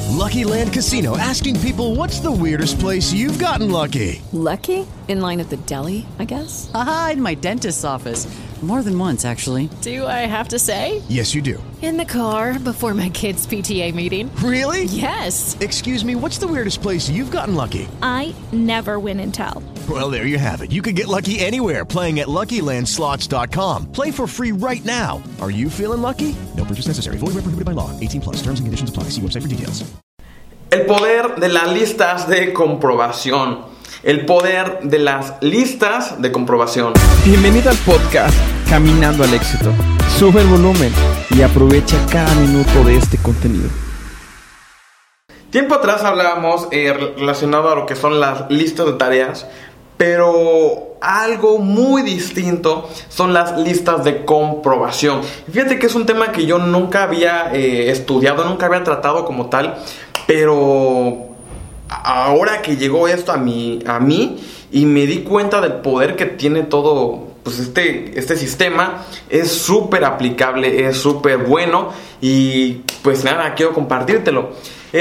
Lucky Land Casino, asking people, what's the weirdest place you've gotten lucky? Lucky? In line at the deli, I guess? Aha, in my dentist's office. More than once, actually. Do I have to say? Yes, you do. In the car before my kids' PTA meeting. Really? Yes. Excuse me, what's the weirdest place you've gotten lucky? I never win and tell. Well, there you have it. You can get lucky anywhere, playing at LuckyLandSlots.com. Play for free right now. Are you feeling lucky? No purchase necessary. Void where prohibited by law. 18+. Terms and conditions apply. See website for details. El poder de las listas de comprobación. El poder de las listas de comprobación. Bienvenido al podcast Caminando al Éxito. Sube el volumen y aprovecha cada minuto de este contenido. Tiempo atrás hablábamos relacionado a lo que son las listas de tareas, pero algo muy distinto son las listas de comprobación. Fíjate que es un tema que yo nunca había estudiado, nunca había tratado como tal, pero ahora que llegó esto a mí y me di cuenta del poder que tiene todo, pues este sistema, es súper aplicable, es súper bueno y pues nada, quiero compartírtelo.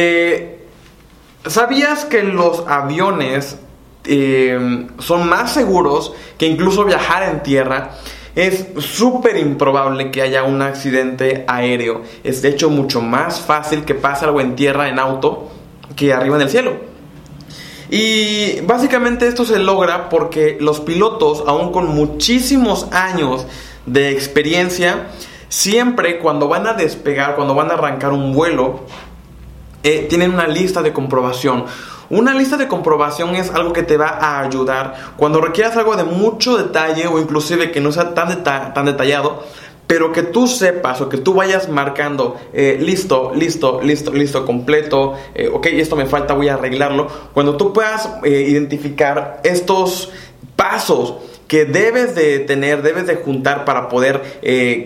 ¿Sabías que los aviones son más seguros que incluso viajar en tierra? Es súper improbable que haya un accidente aéreo. Es de hecho mucho más fácil que pase algo en tierra en auto que arriba en el cielo. Y básicamente esto se logra porque los pilotos, aún con muchísimos años de experiencia, siempre cuando van a despegar, cuando van a arrancar un vuelo, tienen una lista de comprobación. Una lista de comprobación es algo que te va a ayudar cuando requieras algo de mucho detalle o inclusive que no sea tan detallado, pero que tú sepas o que tú vayas marcando listo, completo, ok, esto me falta, voy a arreglarlo. Cuando tú puedas identificar estos pasos que debes de tener, debes de juntar para poder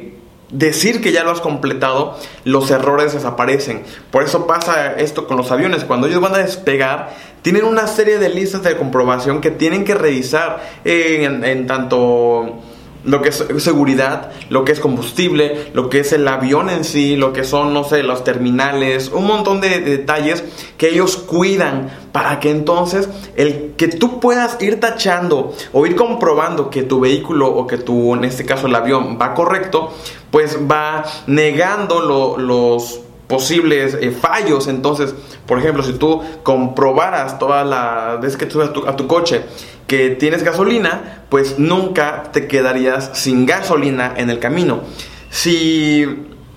decir que ya lo has completado, los errores desaparecen. Por eso pasa esto con los aviones. Cuando ellos van a despegar, tienen una serie de listas de comprobación que tienen que revisar en tanto lo que es seguridad, lo que es combustible, lo que es el avión en sí, lo que son, no sé, los terminales, un montón de detalles que ellos cuidan para que entonces el que tú puedas ir tachando o ir comprobando que tu vehículo o que tu, en este caso el avión, va correcto, pues va negando los posibles fallos. Entonces, por ejemplo, si tú comprobaras toda la vez que tú subes a tu coche que tienes gasolina, pues nunca te quedarías sin gasolina en el camino. Si,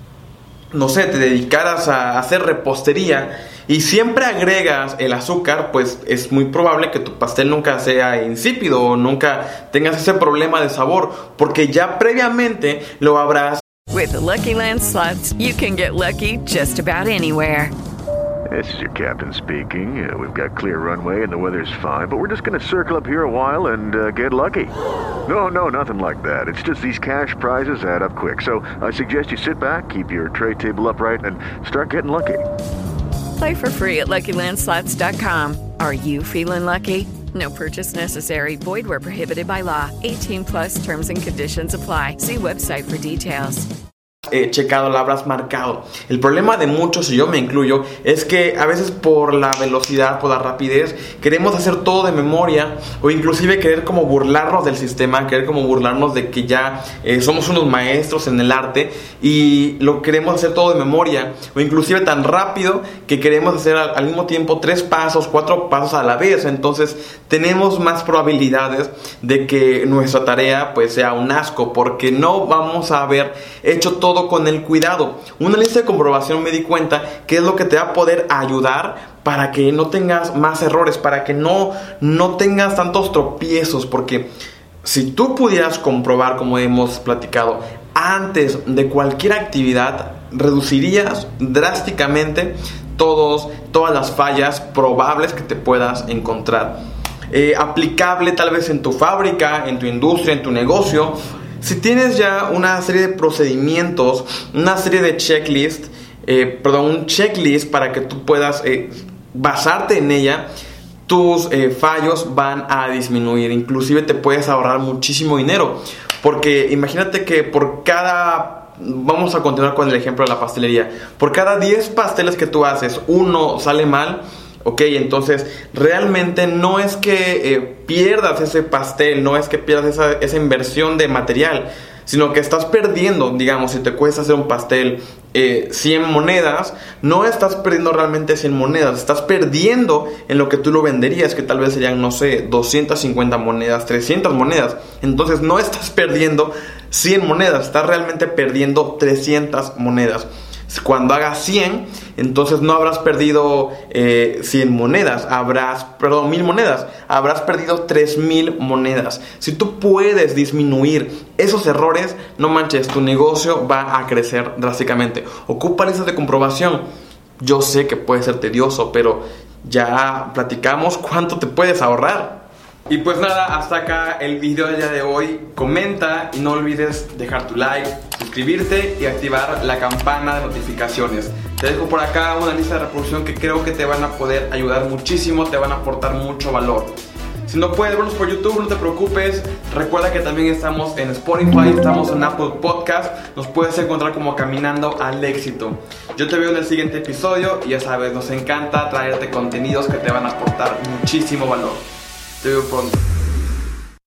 no sé, te dedicaras a hacer repostería y siempre agregas el azúcar, pues es muy probable que tu pastel nunca sea insípido o nunca tengas ese problema de sabor, porque ya previamente lo habrás. With the Lucky Land Slots, you can get lucky just about anywhere. This is your captain speaking. We've got clear runway and the weather's fine, but we're just going to circle up here a while and get lucky. No, nothing like that. It's just these cash prizes add up quick. So I suggest you sit back, keep your tray table upright, and start getting lucky. Play for free at LuckyLandSlots.com. Are you feeling lucky? No purchase necessary. Void where prohibited by law. 18+ terms and conditions apply. See website for details. Checado, la habrás marcado. El problema de muchos, y yo me incluyo, es que a veces por la velocidad, por la rapidez, queremos hacer todo de memoria, o inclusive querer como burlarnos del sistema, querer como burlarnos de que ya somos unos maestros en el arte y lo queremos hacer todo de memoria, o inclusive tan rápido que queremos hacer al mismo tiempo 3 pasos, 4 pasos a la vez. Entonces tenemos más probabilidades de que nuestra tarea pues sea un asco, porque no vamos a haber hecho todo con el cuidado. Una lista de comprobación, me di cuenta que es lo que te va a poder ayudar para que no tengas más errores, para que no tengas tantos tropiezos, porque si tú pudieras comprobar, como hemos platicado, antes de cualquier actividad, reducirías drásticamente todas las fallas probables que te puedas encontrar. Aplicable tal vez en tu fábrica, en tu industria, en tu negocio. Si tienes ya una serie de procedimientos, una serie de un checklist para que tú puedas basarte en ella, tus fallos van a disminuir. Inclusive te puedes ahorrar muchísimo dinero, porque imagínate que por cada vamos a continuar con el ejemplo de la pastelería. Por cada 10 pasteles que tú haces, uno sale mal. Ok, entonces realmente no es que pierdas ese pastel, no es que pierdas esa inversión de material, sino que estás perdiendo, digamos, si te cuesta hacer un pastel 100 monedas, no estás perdiendo realmente 100 monedas, estás perdiendo en lo que tú lo venderías, que tal vez serían, no sé, 250 monedas, 300 monedas. Entonces no estás perdiendo 100 monedas, estás realmente perdiendo 300 monedas. Cuando hagas 100, entonces no habrás perdido 100 monedas, 1000 monedas, habrás perdido 3000 monedas. Si tú puedes disminuir esos errores, no manches, tu negocio va a crecer drásticamente. Ocupa listas de comprobación. Yo sé que puede ser tedioso, pero ya platicamos cuánto te puedes ahorrar. Y pues nada, hasta acá el video del día de hoy. Comenta y no olvides dejar tu like, suscribirte y activar la campana de notificaciones. Te dejo por acá una lista de reproducción que creo que te van a poder ayudar muchísimo, te van a aportar mucho valor. Si no puedes verlos por YouTube, no te preocupes. Recuerda que también estamos en Spotify, estamos en Apple Podcast. Nos puedes encontrar como Caminando al Éxito. Yo te veo en el siguiente episodio y ya sabes, nos encanta traerte contenidos que te van a aportar muchísimo valor. Te veo pronto.